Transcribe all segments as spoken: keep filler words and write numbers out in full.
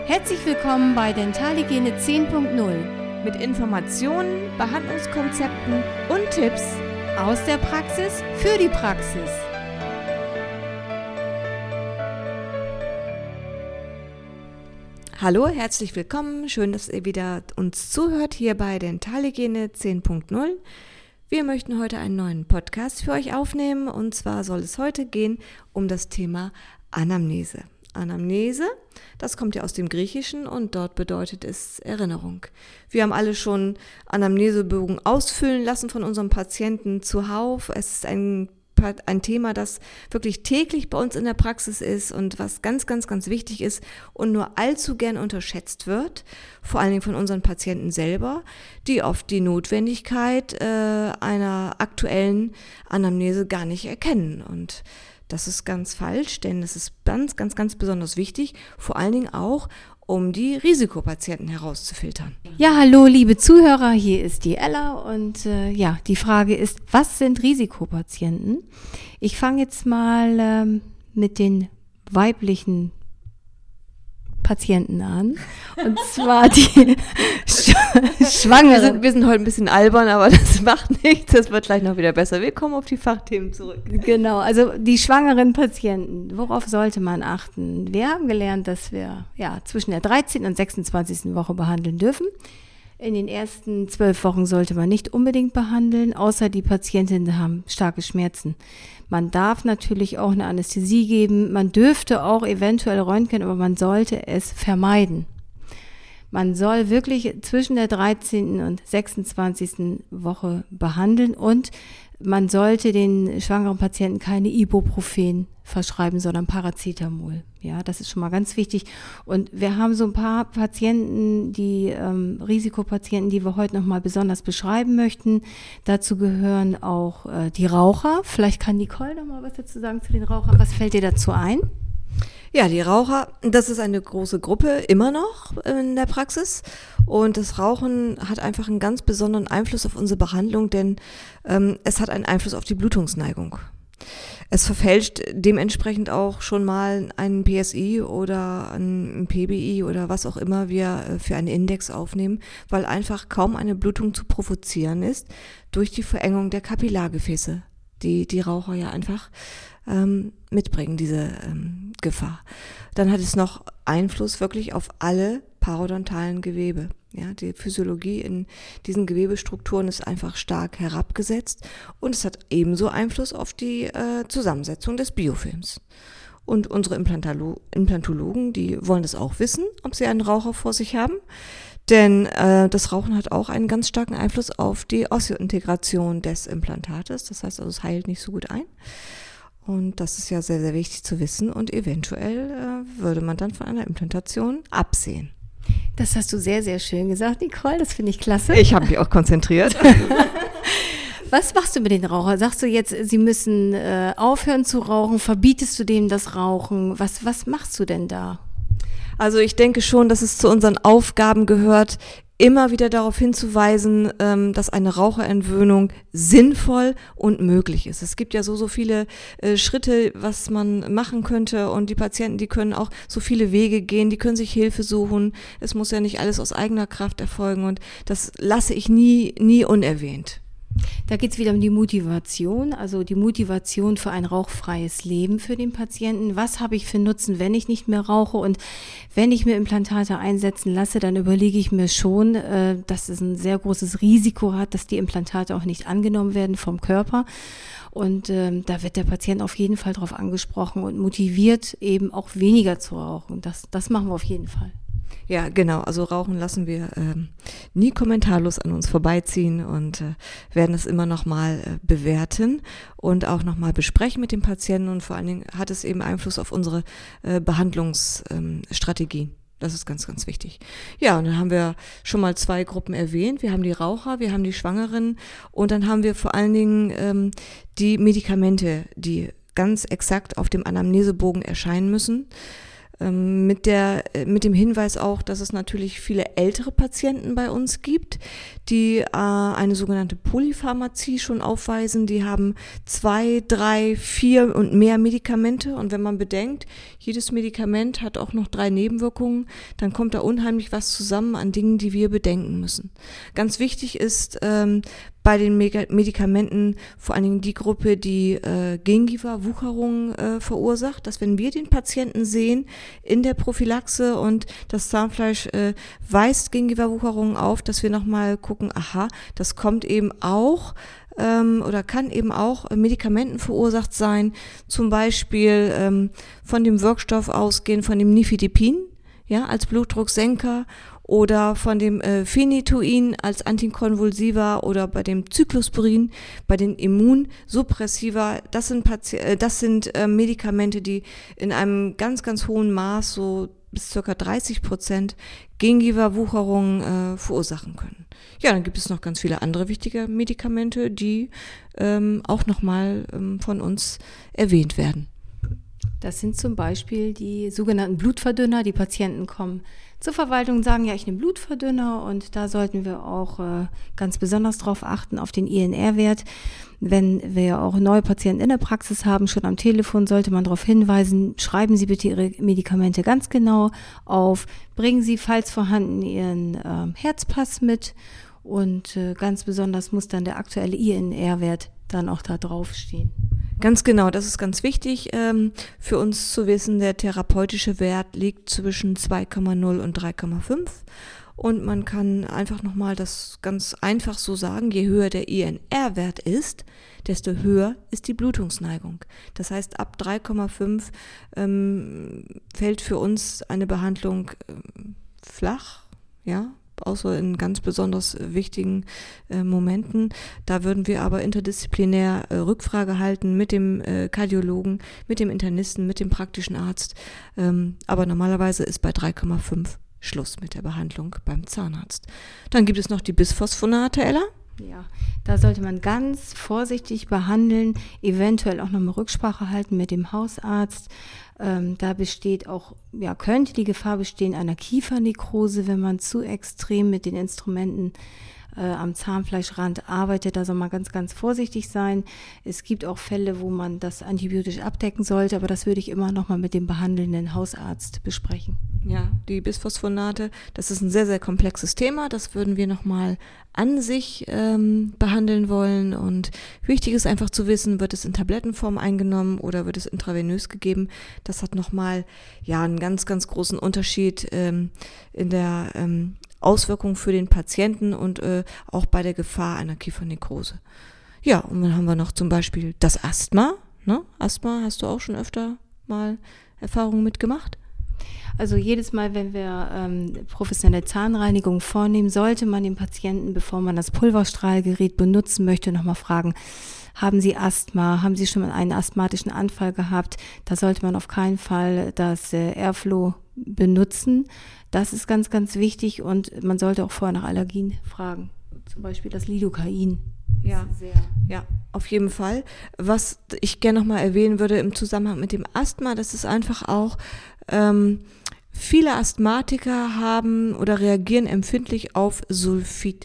Herzlich willkommen bei Dentalhygiene zehn Punkt null mit Informationen, Behandlungskonzepten und Tipps aus der Praxis für die Praxis. Hallo, herzlich willkommen. Schön, dass ihr wieder uns zuhört hier bei Dentalhygiene zehn Punkt null. Wir möchten heute einen neuen Podcast für euch aufnehmen und zwar soll es heute gehen um das Thema Anamnese. Anamnese, das kommt ja aus dem Griechischen und dort bedeutet es Erinnerung. Wir haben alle schon Anamnesebogen ausfüllen lassen von unserem Patienten zuhauf. Es ist ein, ein Thema, das wirklich täglich bei uns in der Praxis ist und was ganz, ganz, ganz wichtig ist und nur allzu gern unterschätzt wird, vor allen Dingen von unseren Patienten selber, die oft die Notwendigkeit äh, einer aktuellen Anamnese gar nicht erkennen. Und das ist ganz falsch, denn es ist ganz, ganz, ganz besonders wichtig, vor allen Dingen auch, um die Risikopatienten herauszufiltern. Ja, hallo liebe Zuhörer, hier ist die Ella und äh, ja, die Frage ist, was sind Risikopatienten? Ich fange jetzt mal ähm, mit den weiblichen Patienten an, und zwar die Schwangeren. Wir sind, wir sind heute ein bisschen albern, aber das macht nichts, das wird gleich noch wieder besser. Wir kommen auf die Fachthemen zurück. Genau, also die schwangeren Patienten, worauf sollte man achten? Wir haben gelernt, dass wir ja zwischen der dreizehnten und sechsundzwanzigsten Woche behandeln dürfen. In den ersten zwölf Wochen sollte man nicht unbedingt behandeln, außer die Patientinnen haben starke Schmerzen. Man darf natürlich auch eine Anästhesie geben, man dürfte auch eventuell röntgen, aber man sollte es vermeiden. Man soll wirklich zwischen der dreizehnten und sechsundzwanzigsten Woche behandeln und man sollte den schwangeren Patienten keine Ibuprofen verschreiben, sondern Paracetamol. Ja, das ist schon mal ganz wichtig. Und wir haben so ein paar Patienten, die ähm, Risikopatienten, die wir heute nochmal besonders beschreiben möchten. Dazu gehören auch äh, die Raucher. Vielleicht kann Nicole noch mal was dazu sagen zu den Rauchern. Was fällt dir dazu ein? Ja, die Raucher, das ist eine große Gruppe, immer noch in der Praxis. Und das Rauchen hat einfach einen ganz besonderen Einfluss auf unsere Behandlung, denn ähm, es hat einen Einfluss auf die Blutungsneigung. Es verfälscht dementsprechend auch schon mal einen P S I oder einen P B I oder was auch immer wir für einen Index aufnehmen, weil einfach kaum eine Blutung zu provozieren ist durch die Verengung der Kapillargefäße, die die Raucher ja einfach ähm, mitbringen, diese ähm, Gefahr. Dann hat es noch Einfluss wirklich auf alle parodontalen Gewebe. Ja, die Physiologie in diesen Gewebestrukturen ist einfach stark herabgesetzt und es hat ebenso Einfluss auf die äh, Zusammensetzung des Biofilms. Und unsere Implantolo- Implantologen, die wollen das auch wissen, ob sie einen Raucher vor sich haben. Denn äh, das Rauchen hat auch einen ganz starken Einfluss auf die Osseointegration des Implantates. Das heißt also, es heilt nicht so gut ein. Und das ist ja sehr, sehr wichtig zu wissen. Und eventuell äh, würde man dann von einer Implantation absehen. Das hast du sehr, sehr schön gesagt, Nicole. Das finde ich klasse. Ich habe mich auch konzentriert. Was machst du mit den Rauchern? Sagst du jetzt, sie müssen äh, aufhören zu rauchen? Verbietest du dem das Rauchen? Was, was machst du denn da? Also ich denke schon, dass es zu unseren Aufgaben gehört, immer wieder darauf hinzuweisen, ähm, dass eine Raucherentwöhnung sinnvoll und möglich ist. Es gibt ja so, so viele äh, Schritte, was man machen könnte und die Patienten, die können auch so viele Wege gehen, die können sich Hilfe suchen. Es muss ja nicht alles aus eigener Kraft erfolgen und das lasse ich nie, nie unerwähnt. Da geht es wieder um die Motivation, also die Motivation für ein rauchfreies Leben für den Patienten. Was habe ich für Nutzen, wenn ich nicht mehr rauche? Und wenn ich mir Implantate einsetzen lasse, dann überlege ich mir schon, äh, dass es ein sehr großes Risiko hat, dass die Implantate auch nicht angenommen werden vom Körper. Und ähm, da wird der Patient auf jeden Fall drauf angesprochen und motiviert, eben auch weniger zu rauchen. Das, das machen wir auf jeden Fall. Ja, genau. Also Rauchen lassen wir ähm, nie kommentarlos an uns vorbeiziehen und äh, werden es immer nochmal äh, bewerten und auch nochmal besprechen mit dem Patienten. Und vor allen Dingen hat es eben Einfluss auf unsere äh, Behandlungsstrategien. Das ist ganz, ganz wichtig. Ja, und dann haben wir schon mal zwei Gruppen erwähnt. Wir haben die Raucher, wir haben die Schwangeren und dann haben wir vor allen Dingen ähm, die Medikamente, die ganz exakt auf dem Anamnesebogen erscheinen müssen. Ähm, mit der, mit dem Hinweis auch, dass es natürlich viele ältere Patienten bei uns gibt, die äh, eine sogenannte Polypharmazie schon aufweisen. Die haben zwei, drei, vier und mehr Medikamente. Und wenn man bedenkt, jedes Medikament hat auch noch drei Nebenwirkungen, dann kommt da unheimlich was zusammen an Dingen, die wir bedenken müssen. Ganz wichtig ist ähm, bei den Medikamenten vor allen Dingen die Gruppe, die äh, Gingiva-Wucherung äh, verursacht, dass wenn wir den Patienten sehen in der Prophylaxe und das Zahnfleisch äh, weist Gingiva-Wucherung auf, dass wir nochmal gucken, aha, das kommt eben auch ähm, oder kann eben auch Medikamenten verursacht sein, zum Beispiel ähm, von dem Wirkstoff ausgehen, von dem Nifedipin, ja, als Blutdrucksenker, oder von dem äh, Phenytoin als Antikonvulsiva oder bei dem Cyclosporin, bei den Immunsuppressiva. Das sind, Pati- äh, das sind äh, Medikamente, die in einem ganz, ganz hohen Maß, so bis ca. dreißig Prozent Gingiva-Wucherung äh, verursachen können. Ja, dann gibt es noch ganz viele andere wichtige Medikamente, die ähm, auch nochmal ähm, von uns erwähnt werden. Das sind zum Beispiel die sogenannten Blutverdünner. Die Patienten kommen zur Verwaltung und sagen, ja, ich nehme Blutverdünner, und da sollten wir auch äh, ganz besonders drauf achten, auf den I N R-Wert. Wenn wir auch neue Patienten in der Praxis haben, schon am Telefon, sollte man darauf hinweisen, schreiben Sie bitte Ihre Medikamente ganz genau auf, bringen Sie, falls vorhanden, Ihren äh, Herzpass mit, und äh, ganz besonders muss dann der aktuelle I N R-Wert dann auch da draufstehen. Ganz genau, das ist ganz wichtig ähm, für uns zu wissen. Der therapeutische Wert liegt zwischen zwei Komma null und drei Komma fünf, und man kann einfach nochmal das ganz einfach so sagen, je höher der I N R-Wert ist, desto höher ist die Blutungsneigung. Das heißt, ab drei Komma fünf ähm, fällt für uns eine Behandlung ähm, flach, ja, außer in ganz besonders wichtigen äh, Momenten. Da würden wir aber interdisziplinär äh, Rückfrage halten mit dem äh, Kardiologen, mit dem Internisten, mit dem praktischen Arzt. Ähm, aber normalerweise ist bei drei Komma fünf Schluss mit der Behandlung beim Zahnarzt. Dann gibt es noch die Bisphosphonate, Ella. Ja, da sollte man ganz vorsichtig behandeln, eventuell auch nochmal Rücksprache halten mit dem Hausarzt. Ähm, da besteht auch, ja, könnte die Gefahr bestehen einer Kiefernekrose, wenn man zu extrem mit den Instrumenten äh, am Zahnfleischrand arbeitet. Da soll man ganz, ganz vorsichtig sein. Es gibt auch Fälle, wo man das antibiotisch abdecken sollte, aber das würde ich immer nochmal mit dem behandelnden Hausarzt besprechen. Ja, die Bisphosphonate, das ist ein sehr, sehr komplexes Thema. Das würden wir nochmal an sich ähm, behandeln wollen. Und wichtig ist einfach zu wissen, wird es in Tablettenform eingenommen oder wird es intravenös gegeben. Das hat nochmal ja, einen ganz, ganz großen Unterschied ähm, in der ähm, Auswirkung für den Patienten und äh, auch bei der Gefahr einer Kiefernekrose. Ja, und dann haben wir noch zum Beispiel das Asthma. Ne? Asthma, hast du auch schon öfter mal Erfahrungen mitgemacht? Also jedes Mal, wenn wir ähm, professionelle Zahnreinigung vornehmen, sollte man den Patienten, bevor man das Pulverstrahlgerät benutzen möchte, nochmal fragen, haben Sie Asthma, haben Sie schon mal einen asthmatischen Anfall gehabt? Da sollte man auf keinen Fall das äh, Airflow benutzen. Das ist ganz, ganz wichtig, und man sollte auch vorher nach Allergien fragen, zum Beispiel das Lidocain. Ja, sehr. Ja, auf jeden Fall. Was ich gerne nochmal erwähnen würde im Zusammenhang mit dem Asthma, das ist einfach auch, ähm, viele Asthmatiker haben oder reagieren empfindlich auf Sulfid.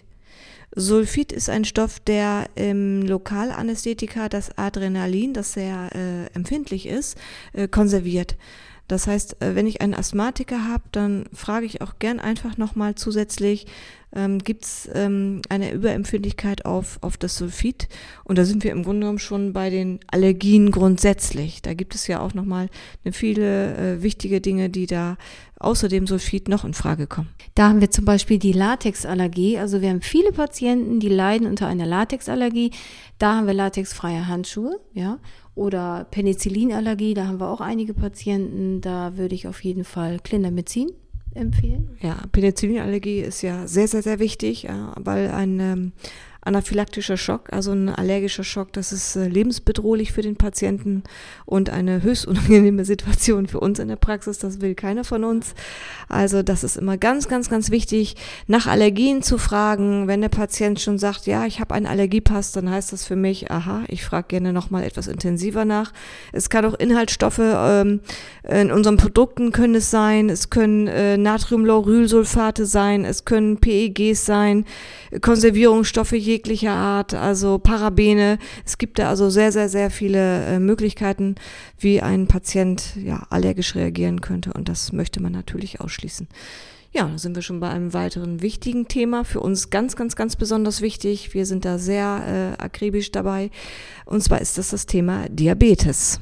Sulfid ist ein Stoff, der im Lokalanästhetika das Adrenalin, das sehr äh, empfindlich ist, äh, konserviert. Das heißt, wenn ich einen Asthmatiker habe, dann frage ich auch gern einfach nochmal zusätzlich, ähm, gibt es ähm, eine Überempfindlichkeit auf, auf das Sulfid? Und da sind wir im Grunde genommen schon bei den Allergien grundsätzlich. Da gibt es ja auch nochmal eine viele äh, wichtige Dinge, die da außer dem Sulfid noch in Frage kommen. Da haben wir zum Beispiel die Latexallergie. Also wir haben viele Patienten, die leiden unter einer Latexallergie. Da haben wir latexfreie Handschuhe, ja. Oder Penicillinallergie, da haben wir auch einige Patienten. Da würde ich auf jeden Fall Clindamycin empfehlen. Ja, Penicillinallergie ist ja sehr, sehr, sehr wichtig, ja, weil ein, ähm, anaphylaktischer Schock, also ein allergischer Schock. Das ist äh, lebensbedrohlich für den Patienten und eine höchst unangenehme Situation für uns in der Praxis. Das will keiner von uns. Also das ist immer ganz, ganz, ganz wichtig, nach Allergien zu fragen. Wenn der Patient schon sagt, ja, ich habe einen Allergiepass, dann heißt das für mich, aha, ich frage gerne nochmal etwas intensiver nach. Es kann auch Inhaltsstoffe ähm, in unseren Produkten können es sein, es können äh, Natriumlaurylsulfate sein, es können P E Gs sein, Konservierungsstoffe jeglicher Art, also Parabene. Es gibt da also sehr, sehr, sehr viele äh, Möglichkeiten, wie ein Patient ja allergisch reagieren könnte, und das möchte man natürlich ausschließen. Ja, da sind wir schon bei einem weiteren wichtigen Thema, für uns ganz, ganz, ganz besonders wichtig. Wir sind da sehr äh, akribisch dabei, und zwar ist das das Thema Diabetes.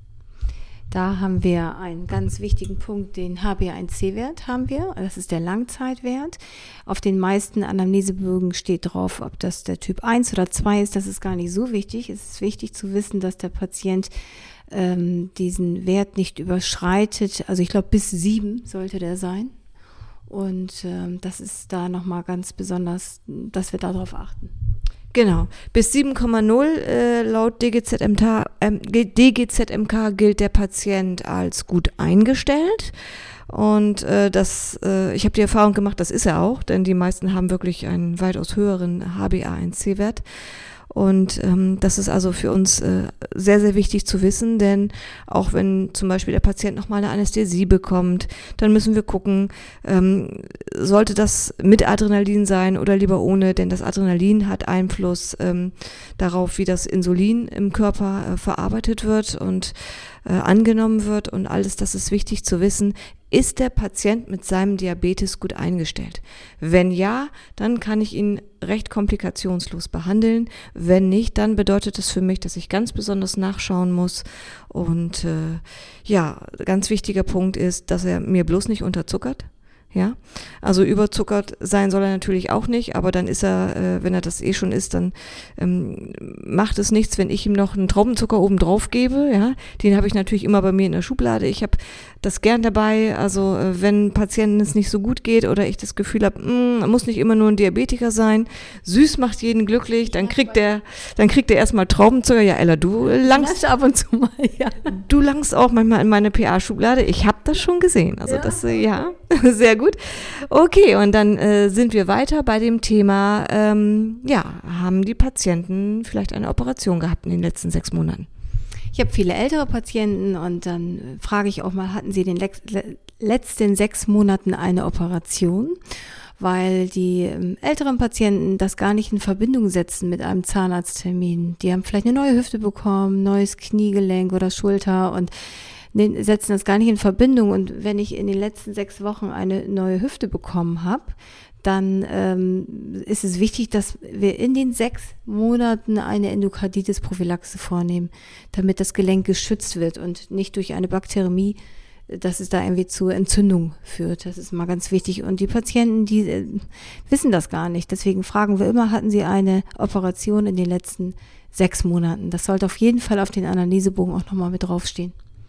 Da haben wir einen ganz wichtigen Punkt, den H b A eins C Wert haben wir. Das ist der Langzeitwert. Auf den meisten Anamnesebögen steht drauf, ob das der Typ eins oder zwei ist. Das ist gar nicht so wichtig. Es ist wichtig zu wissen, dass der Patient ähm, diesen Wert nicht überschreitet. Also ich glaube, bis sieben sollte der sein. Und ähm, das ist da nochmal ganz besonders, dass wir darauf achten. Genau, bis sieben Komma null äh, laut D G Z M K, ähm, D G Z M K gilt der Patient als gut eingestellt. Und äh, das, äh, ich habe die Erfahrung gemacht, das ist er auch, denn die meisten haben wirklich einen weitaus höheren H b A eins C Wert. Und ähm, das ist also für uns äh, sehr, sehr wichtig zu wissen, denn auch wenn zum Beispiel der Patient nochmal eine Anästhesie bekommt, dann müssen wir gucken, ähm, sollte das mit Adrenalin sein oder lieber ohne, denn das Adrenalin hat Einfluss ähm, darauf, wie das Insulin im Körper äh, verarbeitet wird und äh, angenommen wird, und alles das ist wichtig zu wissen. Ist der Patient mit seinem Diabetes gut eingestellt? Wenn ja, dann kann ich ihn recht komplikationslos behandeln. Wenn nicht, dann bedeutet das für mich, dass ich ganz besonders nachschauen muss. Und äh, ja, ganz wichtiger Punkt ist, dass er mir bloß nicht unterzuckert. Ja, also überzuckert sein soll er natürlich auch nicht, aber dann ist er, äh, wenn er das eh schon ist, dann ähm, macht es nichts, wenn ich ihm noch einen Traubenzucker oben drauf gebe. Ja, den habe ich natürlich immer bei mir in der Schublade. Ich habe das gern dabei. Also äh, wenn Patienten es nicht so gut geht oder ich das Gefühl habe, mh, muss nicht immer nur ein Diabetiker sein. Süß macht jeden glücklich. Dann kriegt der, dann kriegt er erstmal Traubenzucker. Ja, Ella, du langst ab und zu mal. Ja. Du langst auch manchmal in meine P A-Schublade. Ich habe das schon gesehen. Also ja. das, äh, ja, sehr gut. Gut, okay, und dann äh, sind wir weiter bei dem Thema, ähm, ja, haben die Patienten vielleicht eine Operation gehabt in den letzten sechs Monaten? Ich habe viele ältere Patienten, und dann äh, frage ich auch mal, hatten sie in den le- letzten sechs Monaten eine Operation? Weil die ähm, älteren Patienten das gar nicht in Verbindung setzen mit einem Zahnarzttermin. Die haben vielleicht eine neue Hüfte bekommen, neues Kniegelenk oder Schulter, und setzen das gar nicht in Verbindung. Und wenn ich in den letzten sechs Wochen eine neue Hüfte bekommen habe, dann ähm, ist es wichtig, dass wir in den sechs Monaten eine Endokarditis-Prophylaxe vornehmen, damit das Gelenk geschützt wird und nicht durch eine Bakteriämie, dass es da irgendwie zu Entzündung führt. Das ist mal ganz wichtig. Und die Patienten, die äh, wissen das gar nicht. Deswegen fragen wir immer, hatten sie eine Operation in den letzten sechs Monaten? Das sollte auf jeden Fall auf den Anamnesebogen auch nochmal mit draufstehen.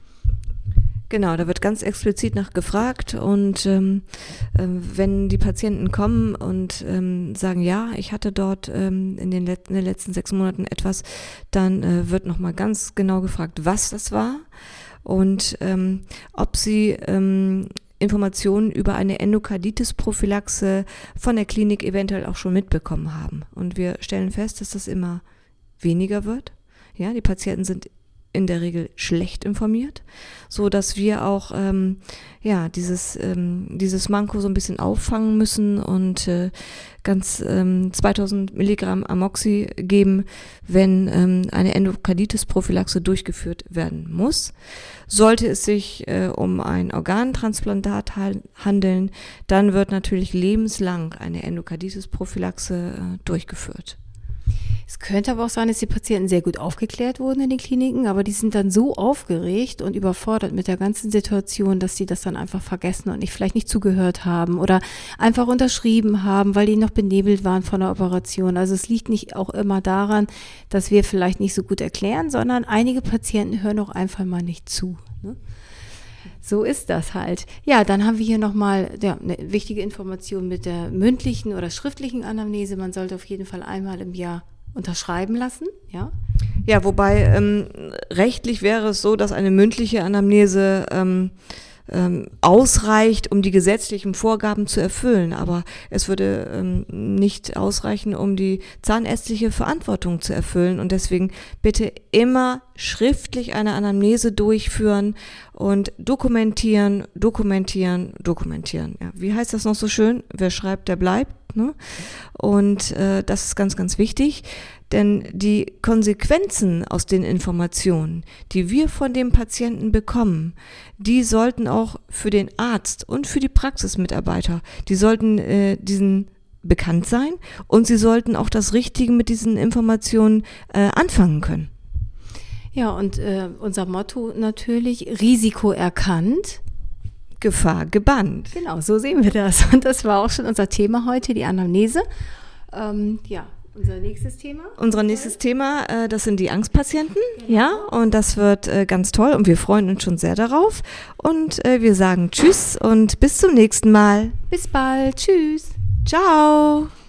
Genau, da wird ganz explizit nach gefragt, und ähm, äh, wenn die Patienten kommen und ähm, sagen, ja, ich hatte dort ähm, in, den Let- in den letzten sechs Monaten etwas, dann äh, wird nochmal ganz genau gefragt, was das war und ähm, ob sie ähm, Informationen über eine Endokarditis-Prophylaxe von der Klinik eventuell auch schon mitbekommen haben. Und wir stellen fest, dass das immer weniger wird. Ja, die Patienten sind in der Regel schlecht informiert, so dass wir auch ähm, ja dieses ähm, dieses Manko so ein bisschen auffangen müssen und äh, ganz ähm, zweitausend Milligramm Amoxi geben, wenn ähm, eine Endokarditis-Prophylaxe durchgeführt werden muss. Sollte es sich äh, um ein Organtransplantat ha- handeln, dann wird natürlich lebenslang eine Endokarditis-Prophylaxe äh, durchgeführt. Es könnte aber auch sein, dass die Patienten sehr gut aufgeklärt wurden in den Kliniken, aber die sind dann so aufgeregt und überfordert mit der ganzen Situation, dass sie das dann einfach vergessen und nicht, vielleicht nicht zugehört haben oder einfach unterschrieben haben, weil die noch benebelt waren von der Operation. Also es liegt nicht auch immer daran, dass wir vielleicht nicht so gut erklären, sondern einige Patienten hören auch einfach mal nicht zu. Ne? So ist das halt. Ja, dann haben wir hier nochmal ja, eine wichtige Information mit der mündlichen oder schriftlichen Anamnese. Man sollte auf jeden Fall einmal im Jahr unterschreiben lassen, ja. Ja, wobei ähm, rechtlich wäre es so, dass eine mündliche Anamnese ähm, ähm, ausreicht, um die gesetzlichen Vorgaben zu erfüllen, aber es würde ähm, nicht ausreichen, um die zahnärztliche Verantwortung zu erfüllen, und deswegen bitte immer schriftlich eine Anamnese durchführen und dokumentieren, dokumentieren, dokumentieren. Ja, wie heißt das noch so schön? Wer schreibt, der bleibt, ne? Und äh, das ist ganz, ganz wichtig. Denn die Konsequenzen aus den Informationen, die wir von dem Patienten bekommen, die sollten auch für den Arzt und für die Praxismitarbeiter, die sollten äh, diesen bekannt sein, und sie sollten auch das Richtige mit diesen Informationen äh, anfangen können. Ja, und äh, unser Motto natürlich: Risiko erkannt, Gefahr gebannt. Genau, so sehen wir das. Und das war auch schon unser Thema heute, die Anamnese. Ähm, ja. Unser nächstes Thema? Unser nächstes Thema, äh, das sind die Angstpatienten, genau. Ja, und das wird äh, ganz toll, und wir freuen uns schon sehr darauf, und äh, wir sagen Tschüss und bis zum nächsten Mal. Bis bald, tschüss. Ciao.